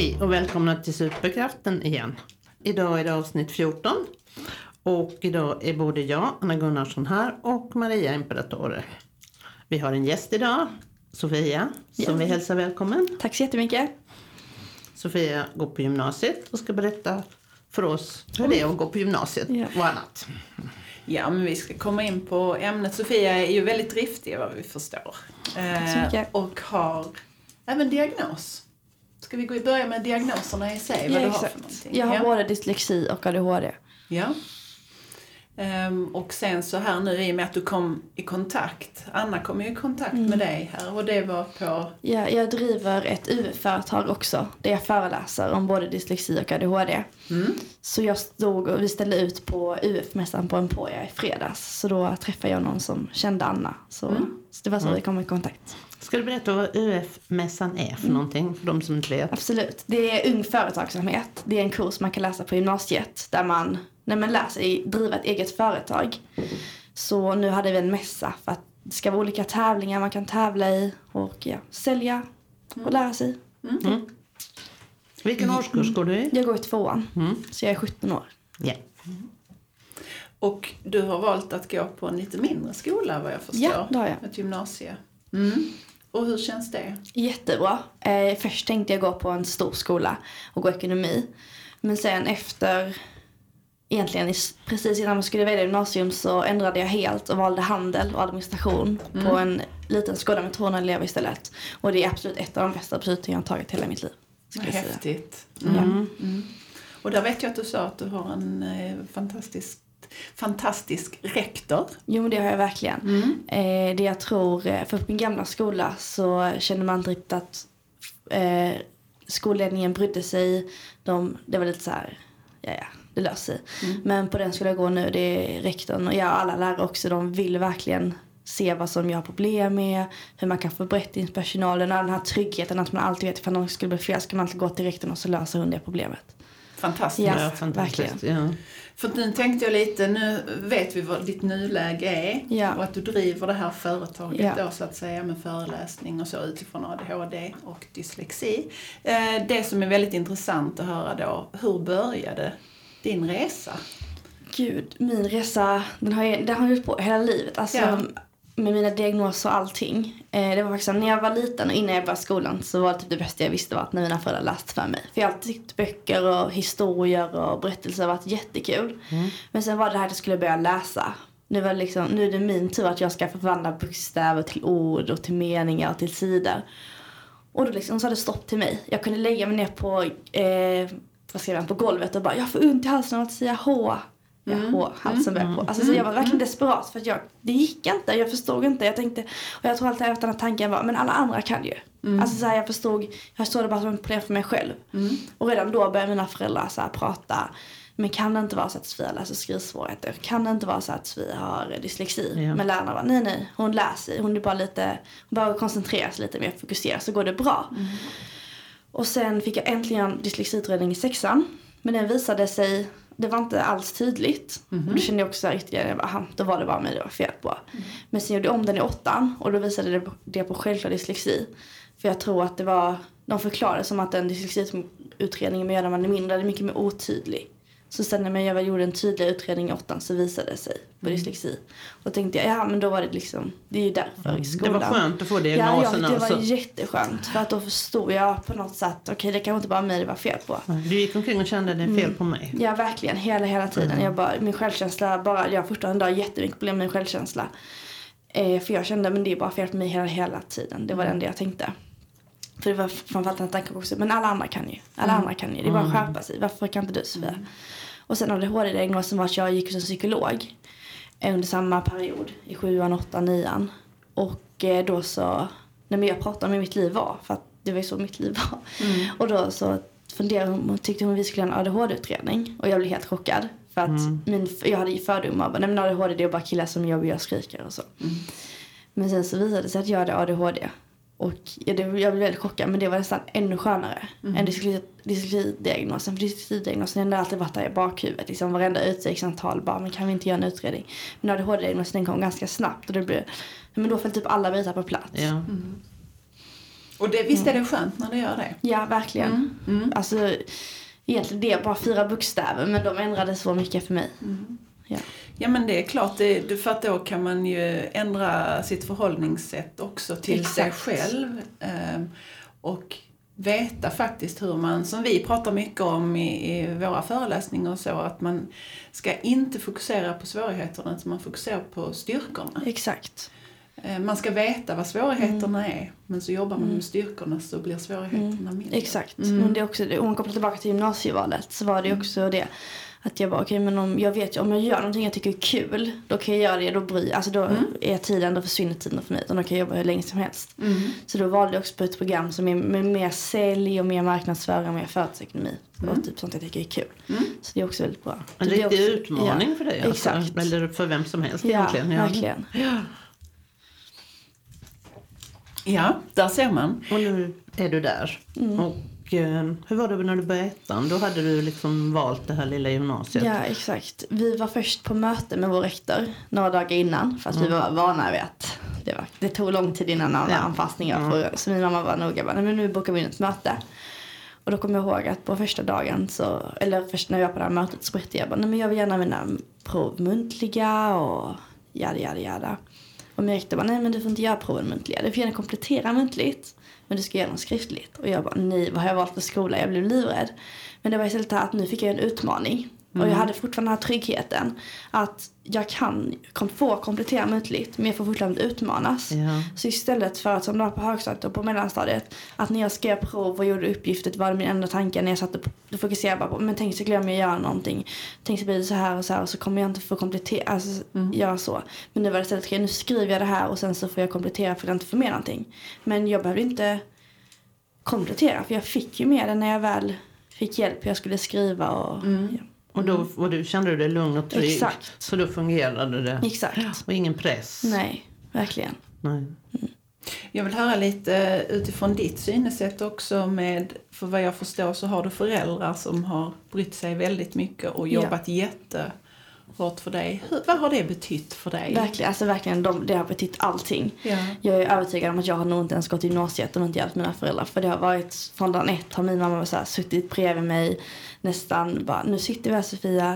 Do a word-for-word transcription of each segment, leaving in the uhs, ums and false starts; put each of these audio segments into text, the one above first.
Hej och välkomna till Superkraften igen. Idag är det avsnitt fjorton och idag är både jag, Anna Gunnarsson här, och Maria Imperatore. Vi har en gäst idag, Sofia, som ja. vi hälsar välkommen. Tack så jättemycket. Sofia går på gymnasiet och ska berätta för oss hur det är att gå på gymnasiet ja. och annat. Ja, men vi ska komma in på ämnet. Sofia är ju väldigt driftig vad vi förstår. Tack så mycket. Eh, och har även diagnos. Ska vi gå i börja med diagnoserna i sig? Vad ja, du exakt. har för någonting? Jag har ja. både dyslexi och A D H D. Ja. Um, och sen så här nu i och med att du kom i kontakt. Anna kom ju i kontakt mm. med dig här och det var på... Ja, jag driver ett U F-företag också. Där jag föreläser om både dyslexi och A D H D. Mm. Så jag stod och vi ställde ut på U F-mässan på Emporia i fredags. Så då träffade jag någon som kände Anna. Så, mm. så det var så mm. vi kom i kontakt. Ska du berätta vad U F-mässan är för mm. någonting för de som inte vet? Absolut. Det är ung företagsamhet. Det är en kurs man kan läsa på gymnasiet där man... När man lär sig driva ett eget företag. Så nu hade vi en mässa för att det ska vara olika tävlingar man kan tävla i. Och ja, sälja och mm. lära sig. Mm. Mm. Vilken årskurs går du i? Jag går i tvåan. Mm. Så jag är sjutton år. Yeah. Mm. Och du har valt att gå på en lite mindre skola vad jag förstår. Ja, det har jag. Ett gymnasie. Mm. Och hur känns det? Jättebra. Eh, först tänkte jag gå på en stor skola och gå ekonomi. Men sen efter... Egentligen precis innan man skulle välja gymnasium så ändrade jag helt och valde handel och administration mm. på en liten skola med tvåhundra elever istället. Och det är absolut ett av de bästa besluten jag har tagit hela mitt liv. Häftigt. Mm. Mm. Mm. Och där vet jag att du sa att du har en eh, fantastisk, fantastisk rektor. Jo, men det har jag verkligen. Mm. Eh, det jag tror, för på min gamla skola så kände man inte riktigt att eh, skolledningen brydde sig. De, det var lite så här, ja ja. Det löser sig. Mm. Men på den skulle jag gå nu, det är rektorn och jag alla lärare också. De vill verkligen se vad som jag har problem med. Hur man kan få berättningspersonalen. Och den här tryggheten att man alltid vet ifall någon skulle bli fel. Ska man alltid gå till rektorn och så löser hon det problemet. Fantastiskt. Ja, ja fantastiskt. Verkligen. Ja. För nu tänkte jag lite, nu vet vi vad ditt nuläge är. Ja. Och att du driver det här företaget ja. då så att säga med föreläsning och så utifrån A D H D och dyslexi. Det som är väldigt intressant att höra då, hur började din resa? Gud, min resa, den har jag, den har jag gjort på hela livet. Alltså ja. med mina diagnoser och allting. Eh, det var faktiskt när jag var liten och innan jag började skolan så var det typ det bästa jag visste var att när mina föräldrar läste för mig. För jag har alltid tyckt böcker och historier och berättelser har varit jättekul. Mm. Men sen var det här att jag skulle börja läsa. Nu, var det liksom, nu är det min tur att jag ska förvandla bokstäver till ord och till meningar och till sidor. Och då liksom så hade det stopp till mig. Jag kunde lägga mig ner på... Eh, vad skrev jag på golvet och bara, jag får ont i halsen av att säga H. Ja, mm. H, halsen började på. Alltså så jag var verkligen desperat för att jag, det gick inte, jag förstod inte. Jag tänkte, och jag tror alltid att den här tanken var, men alla andra kan ju. Mm. Alltså så här, jag förstod, jag såg det bara som en problem för mig själv. Mm. Och redan då började mina föräldrar så här prata, men kan det inte vara så att Sofia läser skrivsvårigheter? Kan det inte vara så att Sofia har dyslexi? Ja. Men lärarna var, nej nej, hon läser, hon är bara lite, hon bara koncentrerar sig lite mer, fokusera så går det bra. Mm. Och sen fick jag äntligen dyslexiutredning i sexan. Men den visade sig, det var inte alls tydligt. Mm-hmm. Och då kände jag också ytterligare, jag bara, aha, då var det bara mig det var fel på. Mm. Men sen gjorde jag om den i åttan och då visade det, det på självklar dyslexi. För jag tror att det var, de förklarade som att en dyslexiutredning med när man är mindre är mycket mer otydlig. Så sen när jag gjorde en tydlig utredning i åttan så visade det sig på mm. dyslexi. Och då tänkte jag, ja men då var det liksom, det är ju därför mm. i skolan. Det var skönt att få diagnosen. Ja, ja det alltså. var jätteskönt. För att då förstod jag på något sätt, okej okay, det kan inte bara mig det var fel på. Du gick omkring och kände det fel mm. på mig. Ja, verkligen. Hela, hela tiden. Mm. Jag bara, min självkänsla, bara, jag fortfarande har jättemycket problem med min självkänsla. Eh, för jag kände, men det är bara fel på mig hela, hela tiden. Det var mm. det jag tänkte. För det var framförallt en tanke också, men alla andra kan ju. Alla mm. andra kan ju. Det är bara att skärpa sig. Varför kan inte du, Sofia? Mm. Och sen A D H D-diagnosen var att jag gick hos en psykolog under samma period i sjuan, åttan, nian. Och då så, nej men jag pratade om hur mitt liv var, för att det var ju så mitt liv var. Mm. Och då så funderade hon och tyckte hon vi skulle ha en A D H D-utredning. Och jag blev helt chockad. För att mm. min, jag hade ju fördomar. Nej men A D H D det är bara killar som jobbar och skriker och så. Mm. Men sen så visade det sig att jag hade A D H D. Och ja, det, jag blev väldigt chockad, men det var nästan ännu skönare mm. än dyslexi-diagnosen. För dyslexi-diagnosen har alltid varit där i bakhuvudet. Liksom varenda utsiktssamtal bara, men kan vi inte göra en utredning? Men A D H D-diagnosen kom ganska snabbt och det blev, men då föll typ alla bitar på plats. Ja. Mm. Och det, visst är det skönt när det gör det? Ja, verkligen. Mm. Mm. Alltså, egentligen det är bara fyra bokstäver, men de ändrade så mycket för mig. Mm. Ja. Ja, men det är klart, det, för att då kan man ju ändra sitt förhållningssätt också till Exakt. sig själv. Eh, och veta faktiskt hur man, som vi pratar mycket om i, i våra föreläsningar och så, att man ska inte fokusera på svårigheterna, utan man fokuserar på styrkorna. Exakt. Eh, man ska veta vad svårigheterna Mm. är, men så jobbar man Mm. med styrkorna så blir svårigheterna Mm. mindre. Exakt. Mm. Men det är också, om man kopplar tillbaka till gymnasievalet så var det också det. Att jag bara, okej, okay, men om jag vet om jag gör någonting jag tycker är kul, då kan jag göra det, då bry, alltså då Mm. är tiden, då försvinner tiden för mig, och då kan jag jobba hur länge som helst. Mm. Så då valde jag också på ett program som är med mer sälj och mer marknadsföring och mer företagsekonomi. Mm. Och typ sånt jag tycker är kul. Mm. Så det är också väldigt bra. En det är riktig också, utmaning ja, för dig. Exakt. Alltså. Eller för vem som helst Ja, egentligen. Ja, verkligen. Ja. Ja, där ser man. Och nu är du där. Mm. Och eh, hur var det när du började ettan? Då hade du liksom valt det här lilla gymnasiet. Ja, exakt. Vi var först på möte med vår rektor några dagar innan. Fast Mm. vi var vana vid att det, var, det tog lång tid innan alla Ja. anpassningar. Mm. För, så min mamma var noga. Bara, nej, men nu bokar vi in ett möte. Och då kommer jag ihåg att på första dagen, så, eller först när jag var på det här mötet, så berättade jag bara, nej, men jag vill gärna mina prov muntliga och jada, jada, jada. Och min rektor bara, nej men du får inte göra proven muntliga. Du får gärna komplettera muntligt, men du ska göra något skriftligt. Och jag bara, nej, vad har jag valt för skola? Jag blev livrädd. Men det var istället att nu fick jag en utmaning. Mm. Och jag hade fortfarande den här tryggheten. Att jag kan kom, få komplettera muntligt, men jag får fortfarande utmanas. Ja. Så istället för att som det var på högstadiet och på mellanstadiet, att när jag skrev prov och gjorde uppgiftet var det min enda tanke när jag satt och fokuserade bara på, men tänk så glömmer jag göra någonting. Tänk så blir det så här och så här och så kommer jag inte få komplettera, alltså mm. göra så. Men nu var det istället, okay, nu skriver jag det här och sen så får jag komplettera för att jag inte får med någonting. Men jag behövde inte komplettera, för jag fick ju med det när jag väl fick hjälp hur jag skulle skriva och Mm. ja. Och då och du kände du dig lugn och trygg. Exakt. Så då fungerade det. Exakt. Och ingen press. Nej, verkligen. Nej. Mm. Jag vill höra lite utifrån ditt synsätt också med, för vad jag förstår så har du föräldrar som har brytt sig väldigt mycket och jobbat ja. jättehårt för dig. Hur, vad har det betytt för dig? Verkligen, alltså verkligen, de, det har betytt allting. Ja. Jag är övertygad om att jag har nog inte ens gått i gymnasiet om inte hjälpt mina föräldrar. För det har varit, från dagen ett har min mamma så här, suttit bredvid mig nästan bara, nu sitter vi här Sofia,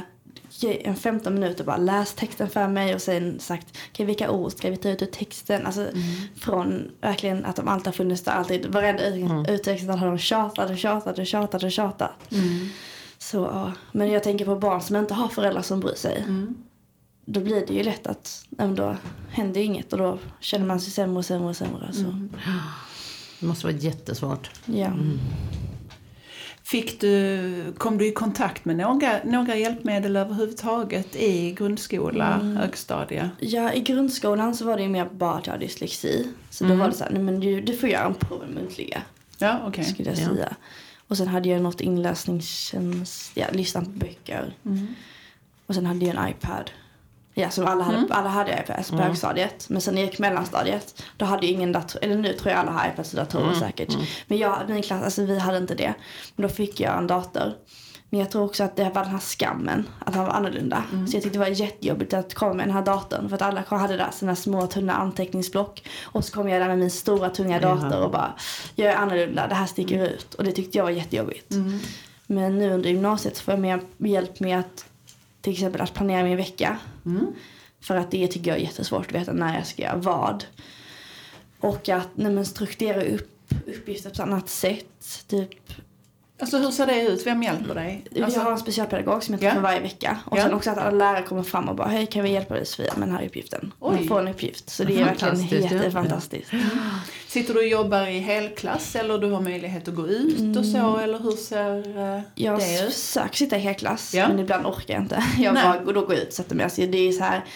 en femton minuter bara läs texten för mig och sen sagt, okay, vilka ord ska vi ta ut ur texten? Alltså mm. från verkligen att de alltid har funnits där, alltid, varenda mm. uttexten har de tjatat och tjatat och tjatat och tjatat. Mm. Så, ja. Men jag tänker på barn som inte har föräldrar som bryr sig. Mm. Då blir det ju lätt att, då händer ju inget och då känner man sig sämre och sämre och sämre. Så. Mm. Det måste vara jättesvårt. Ja. Mm. Fick du, kom du i kontakt med några, några hjälpmedel överhuvudtaget i grundskola, mm. högstadie? Ja, i grundskolan så var det ju mer bara att jag hade dyslexi. Så mm. då var det så här, nej men du, du får göra en proven muntliga. Ja, okej. Okay. Skulle jag ja. säga. Och sen hade jag något inläsningstjänst, ja, listan på böcker. Mm. Och sen hade jag en iPad. Ja, så alla hade, mm. alla hade iPads på mm. högstadiet. Men sen när jag gick mellanstadiet, då hade ju ingen dator. Eller nu tror jag alla har iPads och datorer mm. säkert. Mm. Men jag, min klass, alltså vi hade inte det. Men då fick jag en dator. Men jag tror också att det var den här skammen, att han var annorlunda. Mm. Så jag tyckte det var jättejobbigt att komma med den här datorn. För att alla hade där sina små tunna anteckningsblock. Och så kom jag där med min stora tunga dator mm. och bara, jag är annorlunda, det här sticker mm. ut. Och det tyckte jag var jättejobbigt. Mm. Men nu under gymnasiet så får jag med hjälp med att till exempel att planera min vecka. Mm. För att det tycker jag är jättesvårt att veta när jag ska göra vad. Och att nej, men strukturera upp uppgifter på ett annat sätt. Typ. Alltså hur ser det ut? Vem hjälper dig? Alltså... Jag har en specialpedagog som jag träffar ja. varje vecka. Och ja. sen också att alla lärare kommer fram och bara, hej kan vi hjälpa dig Sofia med den här uppgiften? Oj. Man får en uppgift. Så det är verkligen jättefantastiskt. Ja. Mm. Sitter du och jobbar i helklass eller du har möjlighet att gå ut mm. och så? Eller hur ser uh, jag det ut? Jag försöker sitta i helklass ja. men ibland orkar jag inte. Jag Nej. bara går då går ut och sätter mig. Alltså, det är så här...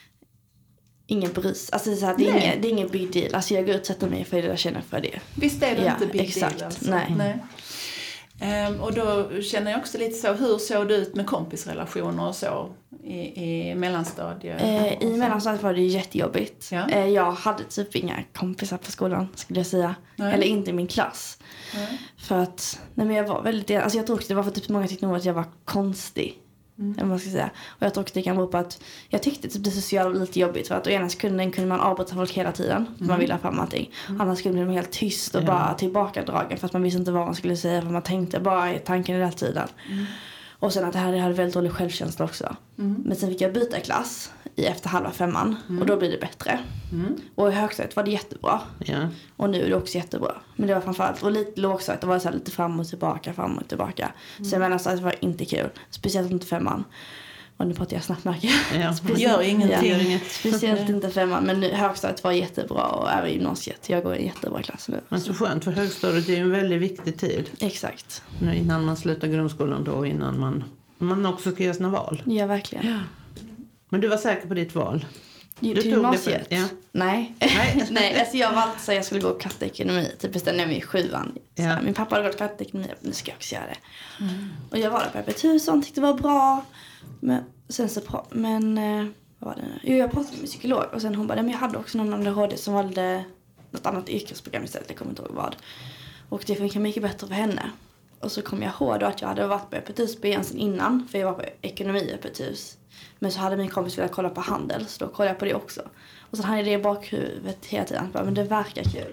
Ingen brys. Alltså så här, det, är ingen, det är ingen big deal. Alltså jag går ut och sätter mig för det jag känner för det. Visst är det ja, inte big exakt. deal alltså? Nej. Nej. Um, och då känner jag också lite så, hur såg det ut med kompisrelationer och så i, i mellanstadiet? Eh, I mellanstadiet var det ju jättejobbigt. Ja. Eh, jag hade typ inga kompisar på skolan skulle jag säga. Nej. Eller inte i min klass. Nej. För att, nej men jag var väldigt, alltså jag tror också det var för typ många tyckte nog att jag var konstig. Mm. Eller vad man ska säga. Och jag tror också det kan bero på att jag tyckte typ det sociala var lite jobbigt. För att å ena sekunden kunde man avbryta folk hela tiden. För mm. man ville ha fram allting. Mm. Annars skulle man bli helt tyst och ja. bara tillbakadragen. För att man visste inte vad man skulle säga. För man tänkte bara i tanken hela tiden. Mm. Och sen att det här jag hade väldigt dålig självkänsla också. Mm. Men sen fick jag byta klass i efter halva femman. Mm. Och då blir det bättre. Mm. Och i högstadiet var det jättebra. Ja. Och nu är det också jättebra. Men det var framförallt, och lite lågstadiet, det var så här lite fram och tillbaka, fram och tillbaka. Mm. Så jag menar så att det var inte kul. Speciellt inte femman. Och nu pratar jag snabbt märker ja. Speciellt, gör ingenting. Ja. Inget. Speciellt inte femman. Men nu, högstadiet var jättebra och även gymnasiet. Jag går i en jättebra klass nu. Men så skönt, för högstadiet är ju en väldigt viktig tid. Exakt. Nu innan man slutar grundskolan då, innan man, man också ska göra sina val. Ja, verkligen. Ja. Men du var säker på ditt val? Du till gymnasiet? Ja. Nej. Nej. Nej, alltså jag valde så jag skulle gå kattekonomi. Typ bestämde jag mig i sjuan. Ja. Min pappa hade gått kattekonomi, nu ska jag också göra det. Mm. Och jag var där på öppet hus och tyckte det var bra. Men sen så, men vad var det nu? Jo, jag pratade med psykolog och sen hon bara, men jag hade också någon A D H D som valde något annat yrkesprogram istället, jag kommer inte ihåg vad. Och det funkar mycket bättre för henne. Och så kom jag ihåg då att jag hade varit på öppet hus på Jensen innan, för jag var på ekonomi öppet hus. Men så hade min kompis velat kolla på handel, så då kollade jag på det också. Och så hade jag det i bakhuvudet hela tiden, bara, men det verkar kul.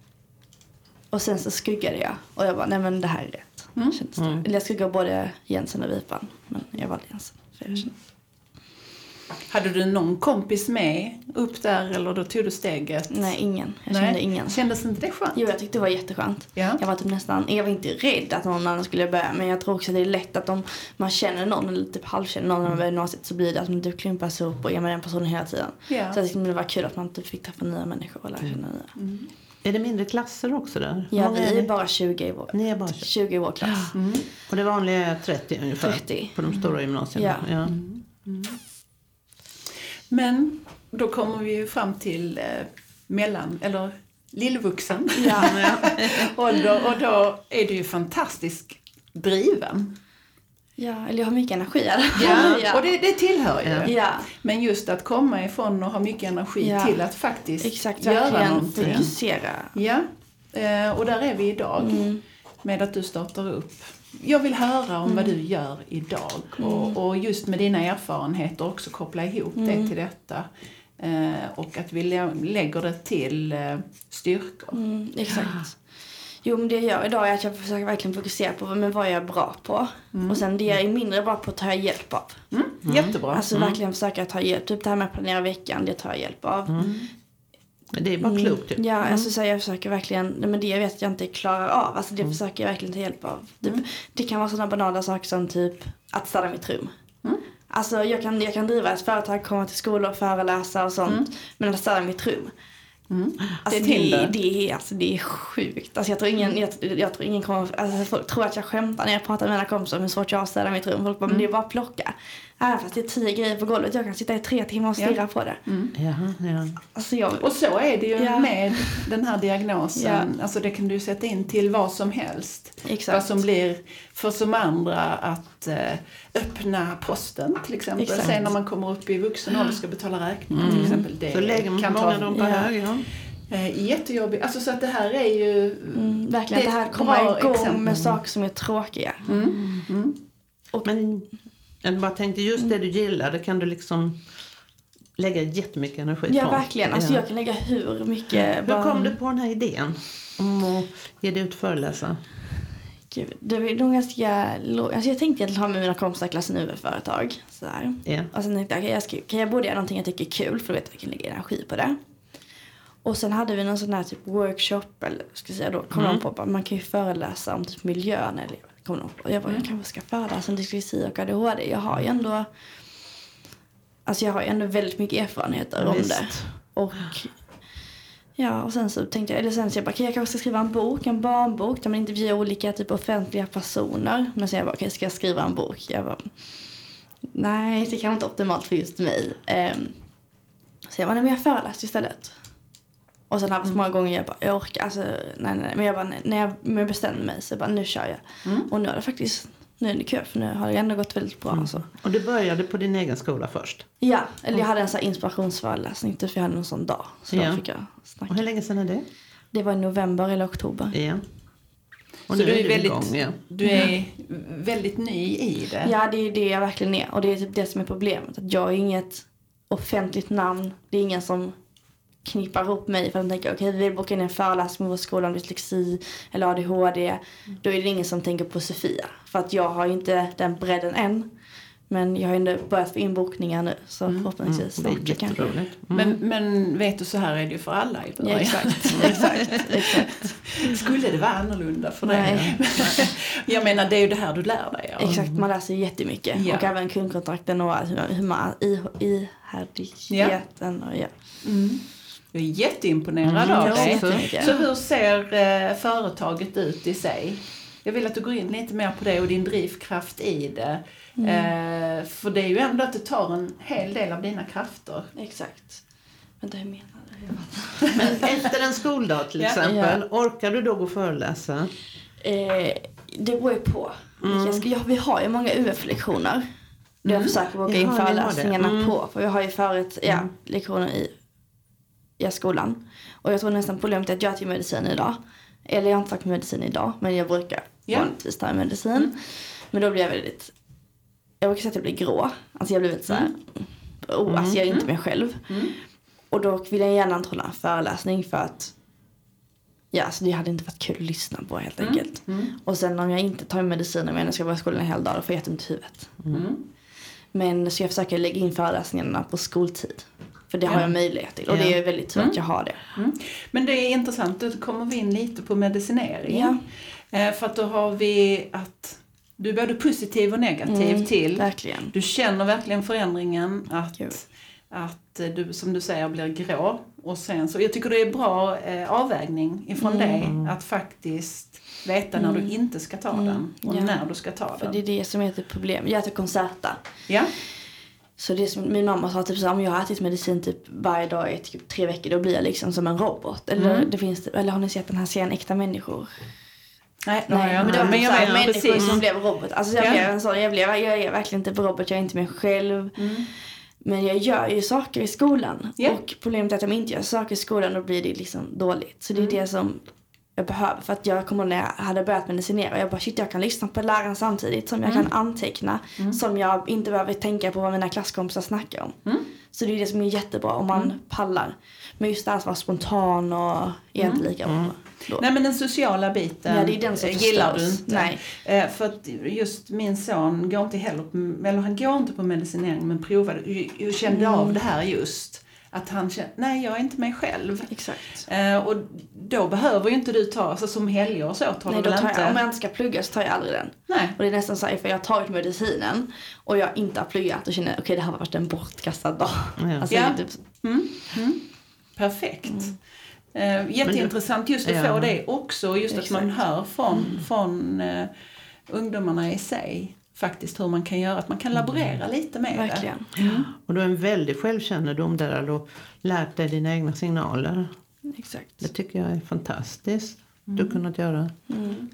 Och sen så skuggade jag, och jag bara, nej men det här är rätt. Mm. Mm. Eller jag skuggade både Jensen och Vipan, men jag valde Jensen. För jag Hade du någon kompis med upp där eller då tog du steget? Nej, ingen. Jag Nej. kände ingen. Kändes inte det skönt? Jo, jag tyckte det var jätteskönt. Ja. Jag var typ nästan, jag var inte rädd att någon annan skulle börja, men jag tror också att det är lätt att om man känner någon eller typ halvkänner någon när man börjar gymnasiet så blir det att man typ klumpas ihop och är med den personen hela tiden. Ja. Så jag tyckte det var kul att man typ fick träffa nya människor och lära känna nya. Mm. Är det mindre klasser också där? Ja, vi är, är bara tjugo i vår, Ni är bara tjugo i vår klass. Mm. Och det vanliga är trettio ungefär trettio. På de stora gymnasierna. Ja. Ja. Mm. Mm. Men då kommer vi ju fram till eh, mellan, eller lillvuxen ja. ålder, och då är du ju fantastiskt driven. Ja, eller jag har mycket energi. Ja, ja. Och det, det tillhör ju. Ja. Men just att komma ifrån och ha mycket energi ja. till att faktiskt Exakt, göra någonting. Fokusera. Ja, eh, och där är vi idag mm. med att du startar upp. Jag vill höra om mm. vad du gör idag mm. och, och just med dina erfarenheter också koppla ihop mm. det till detta. Eh, och att vi lä- lägger det till eh, styrkor. Mm, exakt. Jo, men det jag gör idag är att jag försöker verkligen fokusera på men vad jag är bra på. Mm. Och sen det jag är mindre bra på tar jag hjälp av. Mm. Mm. Jättebra. Alltså mm. verkligen försöka ta hjälp. Typ det här med att planera veckan, det tar jag hjälp av. Mm. Det är bara klokt. Mm. Ja, alltså, så jag försöker verkligen, men det jag vet att jag inte klarar av. Alltså det mm. försöker jag verkligen ta hjälp av. Typ, mm. Det kan vara sådana banala saker som typ att städa mitt rum. Mm. Alltså jag kan, jag kan driva ett företag, komma till skolor, föreläsa och sånt. Mm. Men att städa mitt rum. Mm. Alltså det, det, det, är, alltså det är sjukt. Alltså jag tror ingen, jag, jag tror ingen kommer, alltså folk tror att jag skämtar när jag pratar med mina kompisar om hur svårt jag har att städa mitt rum. Folk bara, mm. men det är bara att plocka. Även fast det är tio grejer på golvet, jag kan sitta i tre timmar och stirra ja. på det. Mm. Jaha, ja. Alltså jag, och så är det ju ja. med den här diagnosen. Ja. Alltså det kan du sätta in till vad som helst. Exakt. Vad som blir för som andra att eh, öppna posten till exempel. Exakt. Sen när man kommer upp i vuxen ålder ska betala räkningar mm. till exempel. Det så lägger man kan många dem på ja. hög. Ja. Eh, jättejobbigt. Alltså så att det här är ju... Mm, verkligen, det, det här kommer igång exempel. Med saker som är tråkiga. Mm. Mm. Och, men jag bara tänkte, just det du gillar, det kan du liksom lägga jättemycket energi på. Ja, verkligen. Alltså ja. Jag kan lägga hur mycket... Hur bara... kom du på den här idén om att ge dig ut föreläsa? Gud, det var nog ganska... Alltså jag tänkte att ha med mina kompisar klassen U F-företag. Sådär. Yeah. Och sen tänkte jag, okay, jag ska, kan jag både göra någonting jag tycker är kul, för att jag kan lägga energi på det. Och sen hade vi någon sån här typ workshop, eller ska jag säga då, kom mm. på, man kan ju föreläsa om typ miljön, eller kom någon på. Jag bara, jag kanske ska föreläsa om dyslexi och A D H D. Jag har ju ändå, alltså jag har ju ändå väldigt mycket erfarenheter om Visst. det. Och ja, och sen så tänkte jag, eller sen så jag bara, okay, jag kanske ska skriva en bok, en barnbok, där man intervjuar olika typ offentliga personer. Men sen jag bara, okay, ska jag skriva en bok? Jag bara, nej, det kan inte optimalt för just mig. Um, så jag bara, nej, men jag föreläste istället. Och sen har jag så många gånger jag bara, jag orkar, alltså, nej, nej, men jag bara, när jag, när jag bestämde mig så jag bara, nu kör jag. Mm. Och nu har det faktiskt, nu är det kul, för nu har det ändå gått väldigt bra. Mm. Alltså. Och du började på din egen skola först? Ja, eller jag hade en sån här inspirationsföreläsning, för jag hade en sån dag. Så ja. då fick jag snacka. Och hur länge sedan är det? Det var i november eller oktober. Ja. Och så nu du är är, du väldigt, igång, ja. du är väldigt ny i det. Ja, det är det jag verkligen är. Och det är typ det som är problemet. Att jag är inget offentligt namn. Det är ingen som knippar ihop mig för att de tänker okej, okay, vi vill boka in en föreläsning på skolan om dyslexi eller A D H D. Mm. Då är det ingen som tänker på Sofia. För att jag har ju inte den bredden än. Men jag har ändå börjat få inbokningar nu. Så mm. förhoppningsvis mm. det är jätteroligt. Mm. Men, men vet du, så här är det ju för alla i början. Ja, exakt. exakt, exakt. Skulle det vara annorlunda för dig? Nej. Jag menar, det är ju det här du lär dig. Ja. Exakt, man lär sig jättemycket. Ja. Och även kundkontrakten och hur man ihärdigheten. Och ja. Mm. Jag är jätteimponerad mm, av dig. Så hur ser eh, företaget ut i sig? Jag vill att du går in lite mer på det och din drivkraft i det. Mm. Eh, för det är ju ändå att det tar en hel del av dina krafter. Exakt. Vänta, hur menar du? Men efter en skoldag till exempel, ja. Orkar du då gå och föreläsa? Eh, det beror ju på. Mm. Jag ska, ja, vi har ju många U F-lektioner. Mm. Där jag försöker boka in föreläsningarna mm. på. För vi har ju förut ja, mm. lektioner i i skolan. Och jag tror nästan problemet är att jag tar medicin idag. Eller jag har inte tagit medicin idag. Men jag brukar yeah. vanligtvis ta medicin. Mm. Men då blir jag väldigt... Jag brukar säga att jag blir grå. Alltså jag blir väldigt så här... Mm. Oh, alltså jag är inte mig själv. Mm. Och då vill jag gärna inte hålla en föreläsning för att... Ja, alltså det hade inte varit kul att lyssna på helt mm. enkelt. Mm. Och sen om jag inte tar medicin och jag ska vara i skolan en hel dag, då får jag jätteont i huvudet. Mm. Men så jag försöker lägga in föreläsningarna på skoltid. För det ja. har jag möjlighet till. Och ja. det är väldigt tur mm. att jag har det. Mm. Men det är intressant. Då kommer vi in lite på medicinering. Ja. Eh, för att då har vi att du är både positiv och negativ mm, till. Verkligen. Du känner verkligen förändringen. Att, att du, som du säger, blir grå. Och sen så, jag tycker det är bra eh, avvägning ifrån mm. dig. Att faktiskt veta när mm. du inte ska ta mm. den. Och ja. när du ska ta för den. För det är det som är ett problem. Jag äter Concerta. Ja. Så det som min mamma sa, typ så om jag har ätit medicin typ varje dag i typ tre veckor, då blir jag liksom som en robot. Eller mm. det finns, eller har ni sett den här serien Äkta människor? Nej, Nej jag men det var men jag vet, människor precis. som blev robot. Alltså jag, ja. blev en sån, jag, blev, jag är verkligen inte robot, jag är inte mig själv. Mm. Men jag gör ju saker i skolan. Yeah. Och problemet är att om jag inte gör saker i skolan, då blir det liksom dåligt. Så det är mm. det som jag behöver. För att jag kommer när jag hade börjat medicinera. Och jag bara, shit, jag kan lyssna på läraren samtidigt. Som jag mm. kan anteckna. Mm. Som jag inte behöver tänka på vad mina klasskompisar snackar om. Mm. Så det är det som är jättebra om man mm. pallar. Men just det här att vara spontan och egentligen mm. lika bra. Mm. Nej, men den sociala biten ja, det är den som gillar du inte. Nej. Eh, för att just min son går inte heller på, eller han går inte på medicinering, men provade, jag kände mm. av det här just. Att han känner, nej jag är inte mig själv. Exakt. Eh, och då behöver ju inte du ta, alltså som helger och så tar nej, du väl tar inte. Jag, om jag inte ska plugga så tar jag aldrig den. Nej. Och det är nästan så här, för jag har tagit medicinen och jag inte har pluggat och känner, okej okay, det här har varit en bortkastad dag. Ja. Alltså, ja. typ... mm. Mm. Perfekt. Mm. Eh, jätteintressant just att ja. få det också. Just Exakt. att man hör från, mm. från uh, ungdomarna i sig. Faktiskt hur man kan göra, att man kan laborera mm. lite med Verkligen. det. Mm. Och du har en väldigt självkännedom där du har lärt dig dina egna signaler. Exakt. Det tycker jag är fantastiskt. Mm. Du har kunnat göra. Mm.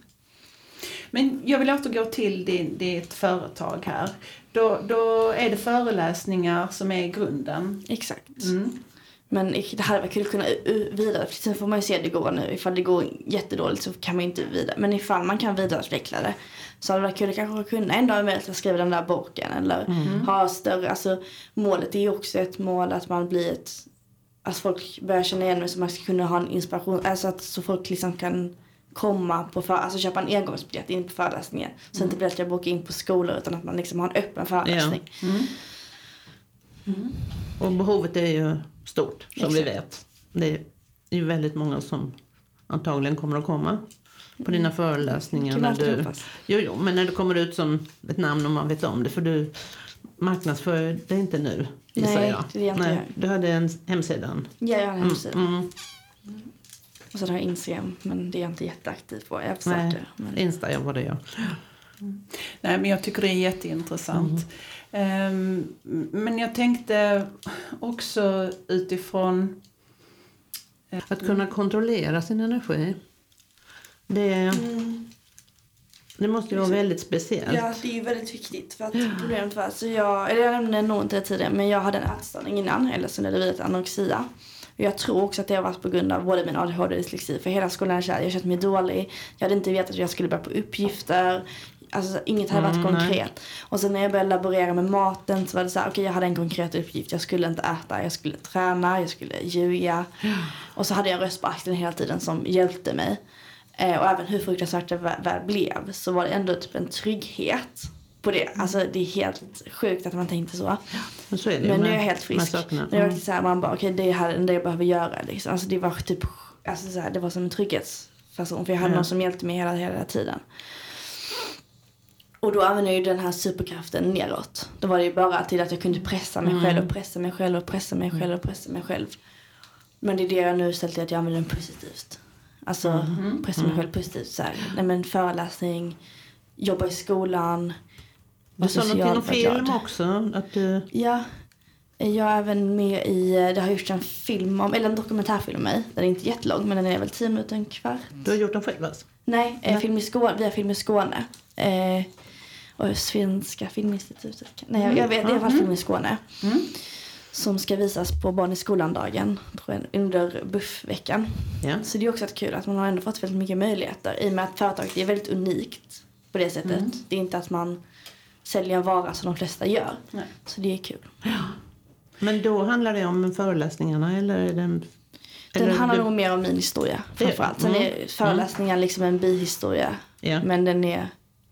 Men jag vill återgå till din, ditt företag här. Då, då är det föreläsningar som är grunden. Exakt. Mm. Men det hade varit kul att kunna vidare. Sen får man ju se det går nu. Ifall det går jättedåligt så kan man inte vidare. Men ifall man kan vidareutveckla det. Så hade det varit kul att kanske kunna en dag med att skriva den där boken. Eller mm. ha större. Alltså målet är ju också ett mål att man blir ett. Att folk börjar känna igen mig. Så man ska kunna ha en inspiration. Alltså att så folk liksom kan komma på för, alltså köpa en engångsbiljett in på föreläsningen. Så mm. inte blir att jag bokar in på skolor. Utan att man liksom har en öppen föreläsning. Ja. Mm. Mm. Och behovet är ju stort, som Exakt. vi vet. Det är ju väldigt många som antagligen kommer att komma på dina föreläsningar. När du, jo, jo, men när du kommer ut som ett namn och man vet om det. För du marknadsför det inte nu, gissar Nej, jag. det är inte Nej, jag. Du hade en hemsida. Ja, jag har en hemsida. Mm, mm. Och så har jag Instagram, men det är jag inte jätteaktiv på. Jag försöker. Nej, men... Insta, jag var det jag. Mm. Nej, men jag tycker det är jätteintressant. Mm. Um, men jag tänkte också utifrån uh, att kunna kontrollera sin energi. Det, mm. det måste ju vara väldigt speciellt. Ja, det är ju väldigt viktigt. För att problemet var, så jag, eller jag nämnde nog inte det tidigare, men jag hade en ätstörning innan, eller så är det vidare anorexia. Och jag tror också att det har varit på grund av både min A D H D och dyslexi. För hela skolan jag kände, jag kände mig dålig. Jag hade inte vetat att jag skulle börja på uppgifter. Alltså inget hade varit mm, konkret. Nej. Och sen när jag började laborera med maten så var det så här, okej okay, jag hade en konkret uppgift. Jag skulle inte äta, jag skulle träna, jag skulle ljuga. Mm. Och så hade jag en röst på axeln hela tiden som hjälpte mig. Eh, och även hur fruktansvärt det väl, väl blev så var det ändå typ en trygghet på det. Alltså det är helt sjukt att man tänkte så. Men, så är det men nu med, är jag helt frisk. Mm. Nu är det så här, man bara okej okay, det är här det jag behöver göra. Liksom. Alltså det var typ, alltså så här, det var som en trygghetsfason. För jag hade mm. någon som hjälpte mig hela, hela tiden. Och då använde jag ju den här superkraften neråt. Då var det ju bara till att jag kunde pressa mig mm. själv och pressa mig själv och pressa mig själv och pressa mig själv. Men det är det jag nu istället att jag använder den positivt. Alltså mm. pressa mig mm. själv positivt. Så här. Nej, men föreläsning, jobba i skolan. Du sa något inom film också? Att du... Ja, jag är även med i, det har gjorts en film om, eller en dokumentärfilm om mig. Den är inte jättelång men den är väl tio minuter, en kvart. Du har gjort den själv alltså? Nej, eh, film i Skåne, vi har film i Skåne. Eh, och Svenska Filminstitutet. Nej, jag, jag vet, det är i alla fall film i Skåne. Mm. Som ska visas på Barn i skolan-dagen tror jag, under buffveckan. Ja. Så det är också kul att man har ändå fått väldigt mycket möjligheter. I och med att företaget är väldigt unikt på det sättet. Mm. Det är inte att man säljer en vara som de flesta gör. Nej. Så det är kul. Ja. Men då handlar det om föreläsningarna eller är den... Den eller handlar du... nog mer om min historia framförallt. Sen mm. är föreläsningen liksom en bihistoria. Ja. Men den är...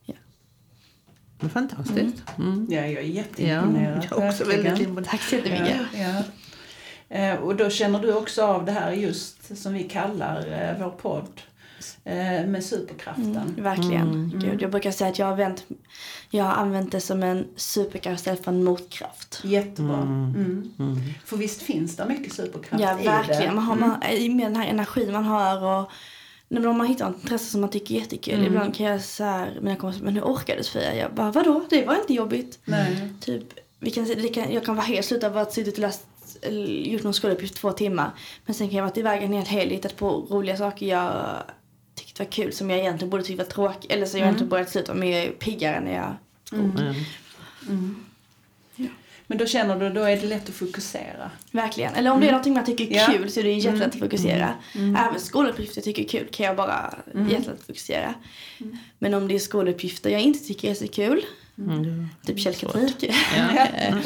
Men fantastiskt. Mm. Mm. Ja, jag är jätteimponerad. Ja, jag är också väldigt imponerad. Tack så jättemycket. Ja, ja. Eh, och då känner du också av det här just som vi kallar eh, vår podd eh, med superkraften. Mm, verkligen. Mm. Gud, jag brukar säga att jag har, vänt, jag har använt det som en superkraft istället för en motkraft. Jättebra. Mm. Mm. Mm. För visst finns det mycket superkraft ja, i verkligen. det. Man har, man, med den här energin man har och när man hittar ett intresse som man tycker är jättekul. Mm. Ibland kan jag så här, mina kompisar, men hur orkar du Sofia? Jag bara, vadå? Det var inte jobbigt. Nej. Typ, vi kan, det kan, jag kan vara helt slut av att sitta och läst, gjort någon skoluppgift två timmar. Men sen kan jag vara iväg en hel helg, hittat på roliga saker jag tyckte var kul som jag egentligen borde tycka var tråkigt. Eller så jag mm. inte börjat sluta men jag är piggare när jag mm. mm. Mm. Ja. Men då känner du, då är det lätt att fokusera. Verkligen. Eller om det är någonting man tycker är ja. kul så är det jättelätt att fokusera. Mm. Även skoluppgifter jag tycker är kul kan jag bara mm. jättelätt att fokusera. Mm. Men om det är skoluppgifter jag inte tycker är så kul, mm. typ källkritik, ja.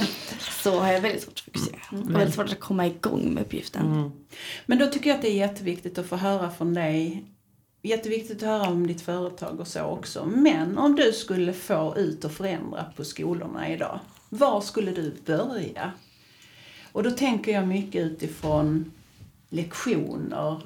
så har jag väldigt svårt att fokusera. Mm. Och väldigt svårt att komma igång med uppgiften. Mm. Men då tycker jag att det är jätteviktigt att få höra från dig. Jätteviktigt att höra om ditt företag och så också. Men om du skulle få ut och förändra på skolorna idag, var skulle du börja? Och då tänker jag mycket utifrån lektioner,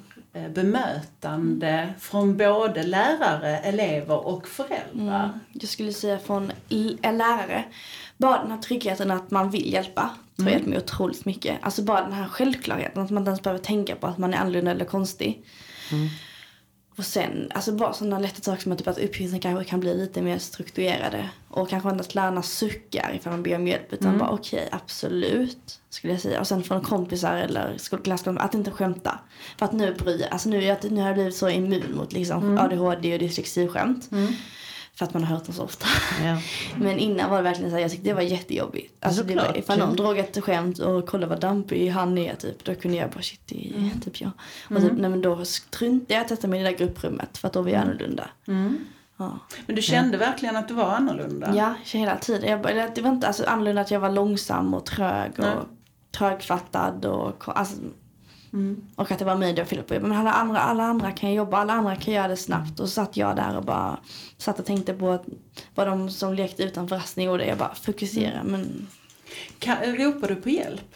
bemötande från både lärare, elever och föräldrar. Mm. Jag skulle säga från lärare. Bara den här tryggheten att man vill hjälpa tror jag hjälper mig otroligt mycket. Alltså bara den här självklarheten att man inte ens behöver tänka på att man är annorlunda eller konstig. Mm. Och sen, alltså bara sådana lätta saker som att, typ att uppgiften kanske kan bli lite mer strukturerade. Och kanske inte att lärarna suckar ifall man ber om hjälp. Utan mm. bara okej, okay, absolut, skulle jag säga. Och sen från kompisar eller skolklasskompisar att inte skämta. För att nu bryr alltså nu, nu har jag blivit så immun mot liksom mm. A D H D och dyslexiskämt. Mm. För att man har hört dem så ofta. Ja. Men innan var det verkligen så här, jag tyckte det var jättejobbigt. Alltså det var, ifall någon drog ett skämt och kollade vad dampig han är typ, då kunde jag bara shit, det är mm. typ jag. Och mm. typ, nej, men då struntade jag att testa mig i det där grupprummet för att då var jag annorlunda. Mm. Ja. Men du kände ja. verkligen att du var annorlunda? Ja, hela tiden. Jag, det var inte alltså, annorlunda att jag var långsam och trög och mm. trögfattad och alltså, mm. och att det var mig då jag fyllde på. Men alla andra, alla andra kan jobba, alla andra kan göra det snabbt. Och så satt jag där och bara satt och tänkte på att, vad de som lekte utanför rastning gjorde. Jag bara fokusera. Men... Kan, ropar du på hjälp?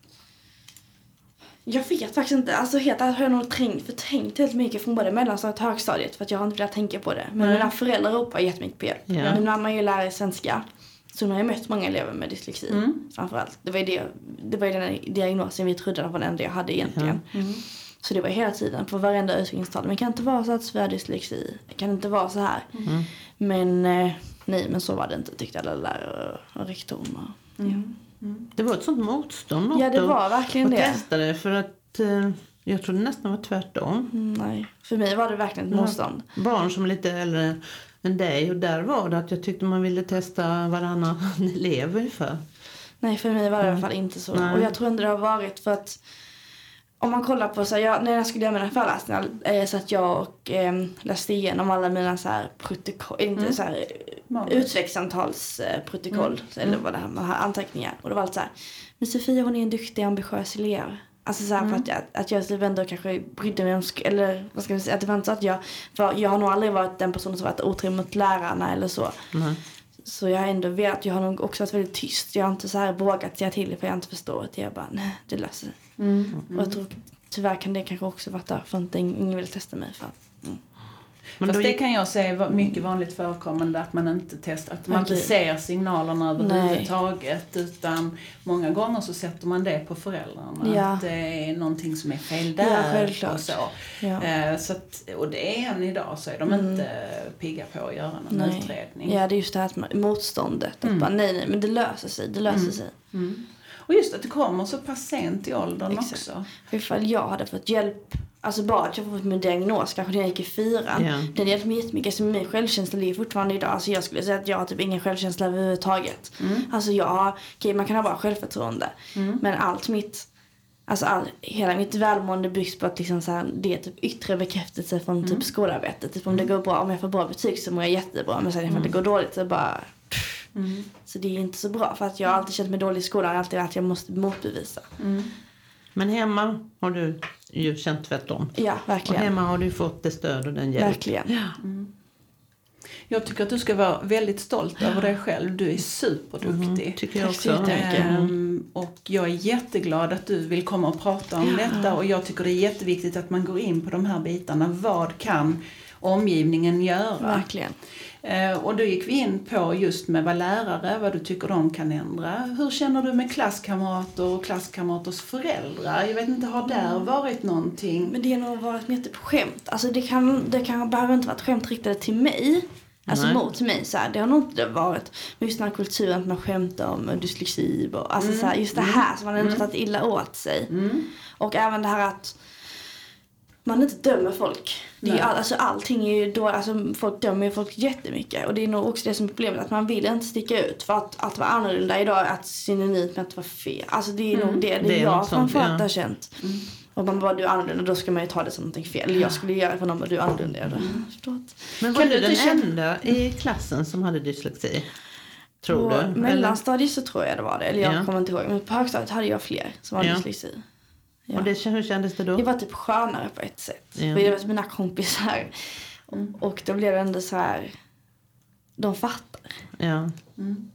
Jag vet faktiskt inte. Alltså helt har jag nog tänkt, förträngt helt mycket från både mellanstadiet och högstadiet. För att jag har inte velat tänka på det. Men mm. mina föräldrar ropar jättemycket på hjälp. Ja. Min mamma är ju lärare i svenska. Så nu har jag mött många elever med dyslexi mm. framförallt. Det var ju det, det var ju den diagnosen vi trodde var den enda jag hade egentligen. Mm. Så det var hela tiden på varenda utvecklingstal. Men kan inte vara så att Sverige dyslexi? Kan inte vara så här? Mm. Men eh, nej, men så var det inte tyckte alla lärare och rektorn. Och, mm. ja. mm. Det var ett sånt motstånd. Ja, det var verkligen det. Och testade för att eh, jag trodde nästan var tvärtom. Mm, nej, för mig var det verkligen ett motstånd. Barn som är lite äldre än dig, och där var det att jag tyckte man ville testa varannan elev ungefär. Nej, för mig var det mm. i alla fall inte så. Nej. Och jag tror inte det har varit för att om man kollar på så här, jag, när jag skulle göra mina föreläsningar eh, så att jag och eh, läste igenom alla mina så här protokoll, inte Mm. så här utväxantalsprotokoll eh, mm. eller vad det här med anteckningar, och det var allt så här, men Sofia, hon är en duktig ambitiös elev. Alltså så här, mm. för att jag, att jag typ ändå kanske brydde mig om, eller vad ska jag säga, att det var inte så att jag, för jag har nog aldrig varit den personen som varit otrevlig mot lärarna eller så. Mm. Så jag har ändå velat, jag har nog också varit väldigt tyst. Jag har inte så här vågat säga till för jag inte förstår att jag bara, nej, det löser sig. Mm. Mm. Och jag tror tyvärr kan det kanske också vara därför att ingen vill testa mig för. Mm. Men Fast det kan jag säga var mycket vanligt förekommande att man inte testar, att man okay. inte ser signalerna överhuvudtaget, utan många gånger så sätter man det på föräldrarna, ja. Att det är någonting som är fel där, ja, och så. Ja. Eh, så att, och det är än idag så är de mm. inte pigga på att göra någon nej. utredning. Ja, det är just det här att man, motståndet, att mm. bara nej, nej, men det löser sig, det löser mm. sig. Mm. Och just att det kommer så pass sent i åldern. Exakt. Också. För ifall jag hade fått hjälp, alltså bara att jag fått min diagnos kanske när jag gick i fyran. Yeah. Det hade hjälpt mig jättemycket. Så min självkänsla ligger fortfarande idag. Alltså jag skulle säga att jag har typ ingen självkänsla överhuvudtaget. Mm. Alltså jag har, okej, man kan ha bara självförtroende. Mm. Men allt mitt, alltså all, hela mitt välmående byggs på att liksom så här, det är typ yttre bekräftelse från mm. typ skolarbetet. Typ om det går bra, om jag får bra betyg så mår jag jättebra. Men sen ifall mm. det går dåligt så bara... Mm. Så det är inte så bra, för att jag har alltid känt mig dålig i skolan. Jag har alltid att jag måste motbevisa. Mm. Men hemma har du ju känt tvärtom. Ja, verkligen. Och hemma har du fått det stöd och den hjälp. Verkligen. Ja. Mm. Jag tycker att du ska vara väldigt stolt över dig själv. Du är superduktig. Mm, tycker jag också. Mm. Och jag är jätteglad att du vill komma och prata om ja. detta. Och jag tycker det är jätteviktigt att man går in på de här bitarna. Vad kan omgivningen göra? Verkligen. Och då gick vi in på just med vad lärare, vad du tycker de kan ändra. Hur känner du med klasskamrater och klasskamraters föräldrar? Jag vet inte, har där varit någonting? Men det har nog varit mer typ skämt. Alltså det kan, det kan behöver inte vara skämt riktade till mig. Alltså Nej. mot mig så här. Det har nog inte varit. Men just den här kulturen att man skämtar om dyslexi och alltså mm. så här, just det här som man ändå mm. tagit illa åt sig. Mm. Och även det här att man inte dömer folk. Det är all, alltså, allting är ju då, alltså, folk dömer ju folk jättemycket. Och det är nog också det som är problemet, att man vill inte sticka ut. För att, att vara annorlunda idag är att synonymt med att vara fel. Alltså det är mm. nog det, det, det är jag framförallt ja. har känt. Mm. Och man bara, du är annorlunda, då ska man ju ta det som någonting fel. Eller jag skulle göra för någon, bara, du är annorlunda. Mm. Men var kan du den känna... enda i klassen som hade dyslexi? Tror på du? mellanstadiet så tror jag det var det. Eller jag ja. kommer inte ihåg. Men på högstadiet hade jag fler som hade ja. dyslexi. Ja. Och det, hur kändes det då? Det var typ skönare på ett sätt. Ja. För det var mina kompisar. Mm. Och då blev det ändå så här, de fattar. Ja. Mm.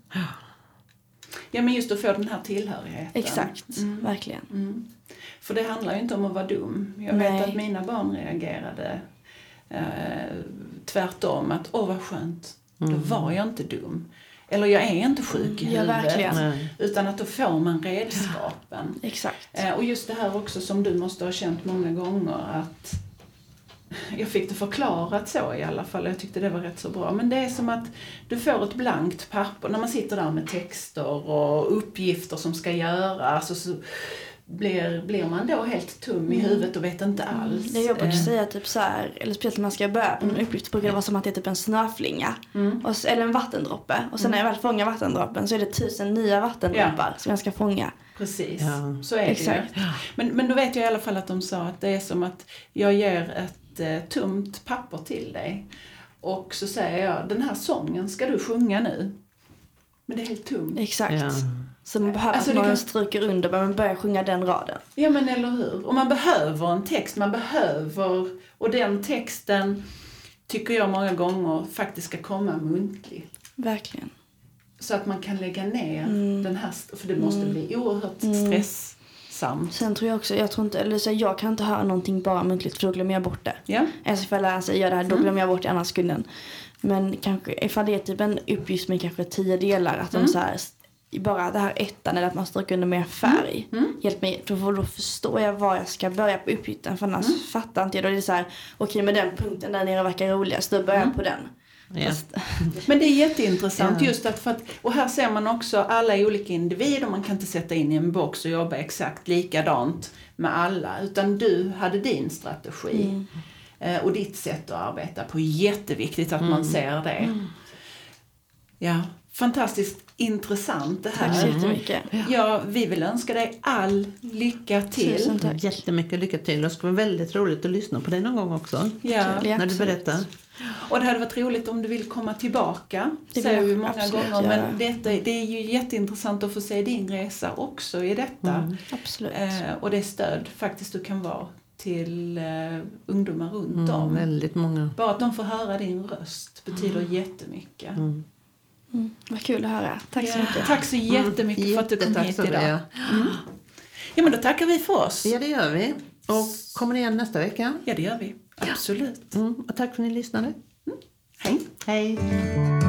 Ja, men just att få den här tillhörigheten. Exakt, mm. verkligen. Mm. För det handlar ju inte om att vara dum. Jag Nej. vet att mina barn reagerade eh, tvärtom. Att, åh vad skönt, mm. då var jag inte dum. Eller jag är inte sjuk i ja, huvudet. Verkligen. Utan att då får man redskapen. Ja, exakt. Eh, och just det här också som du måste ha känt många gånger. Att jag fick det förklarat så i alla fall. Jag tyckte det var rätt så bra. Men det är som att du får ett blankt papper. När man sitter där med texter och uppgifter som ska göras. Och så blir, blir man då helt tum i huvudet och vet inte alls. Det jag brukar säga typ så här, eller speciellt när man ska börja på en uppgift, brukar det vara som att det är typ en snöflinga. Mm. Och, eller en vattendroppe. Och sen när jag väl fångar vattendroppen så är det tusen nya vattendroppar ja. som jag ska fånga. Precis, ja. så är det Exakt. ju. Men, men då vet jag i alla fall att de sa att det är som att jag ger ett eh, tumt papper till dig. Och så säger jag, den här sången ska du sjunga nu. Men det är helt tomt. Exakt. Ja. Så man behöver alltså, att man kan... stryker under, men man börjar sjunga den raden. Ja, men eller hur? Och man behöver en text, man behöver... Och den texten tycker jag många gånger faktiskt ska komma muntlig. Verkligen. Så att man kan lägga ner mm. den här... För det måste mm. bli oerhört mm. stressamt. Sen tror jag också, jag tror inte... Eller så jag kan inte höra någonting bara muntligt, för då glömmer jag bort det. Ja. Alltså ifall läraren säger gör det här, då glömmer jag bort det andra sekunden. Men kanske, ifall det är typ en uppgift med kanske tio delar, att mm. de så här... bara det här ettan eller att man stryker under mer färg mm. Mm. hjälp mig, då, då förstår jag var jag ska börja på uppgiften, för annars mm. fattar inte jag. Då är det så här, okej okay, med den punkten där nere verkar roligast, då börjar jag mm. på den. Ja. Fast... Men det är jätteintressant ja. just att, för att, och här ser man också alla olika individer, man kan inte sätta in i en box och jobba exakt likadant med alla, utan du hade din strategi mm. eh, och ditt sätt att arbeta på, jätteviktigt att mm. man ser det. Mm. Ja, fantastiskt intressant det här. Tack så jättemycket. Ja, vi vill önska dig all lycka till. Tusen tack. Jättemycket lycka till. Det ska vara väldigt roligt att lyssna på dig någon gång också. Ja. Kul, ja. När du Absolut. berättar. Och det hade varit roligt om du vill komma tillbaka. Det säger vill vi jag många absolut gånger. göra. Men detta, det är ju jätteintressant att få se din resa också i detta. Mm. Absolut. Eh, och det stöd faktiskt du kan vara till eh, ungdomar runt Mm, om. väldigt många. Bara att de får höra din röst betyder Mm. jättemycket. Mm. Mm, vad kul att höra. Tack så Ja, mycket. tack så jättemycket Mm, för att du kom jättetack hit ska du idag. ha. Mm. Ja, men då tackar vi för oss. Ja, det gör vi. Och kommer igen nästa vecka. Ja, det gör vi. Absolut. Mm. Och tack för att ni lyssnade. Hej. Hej.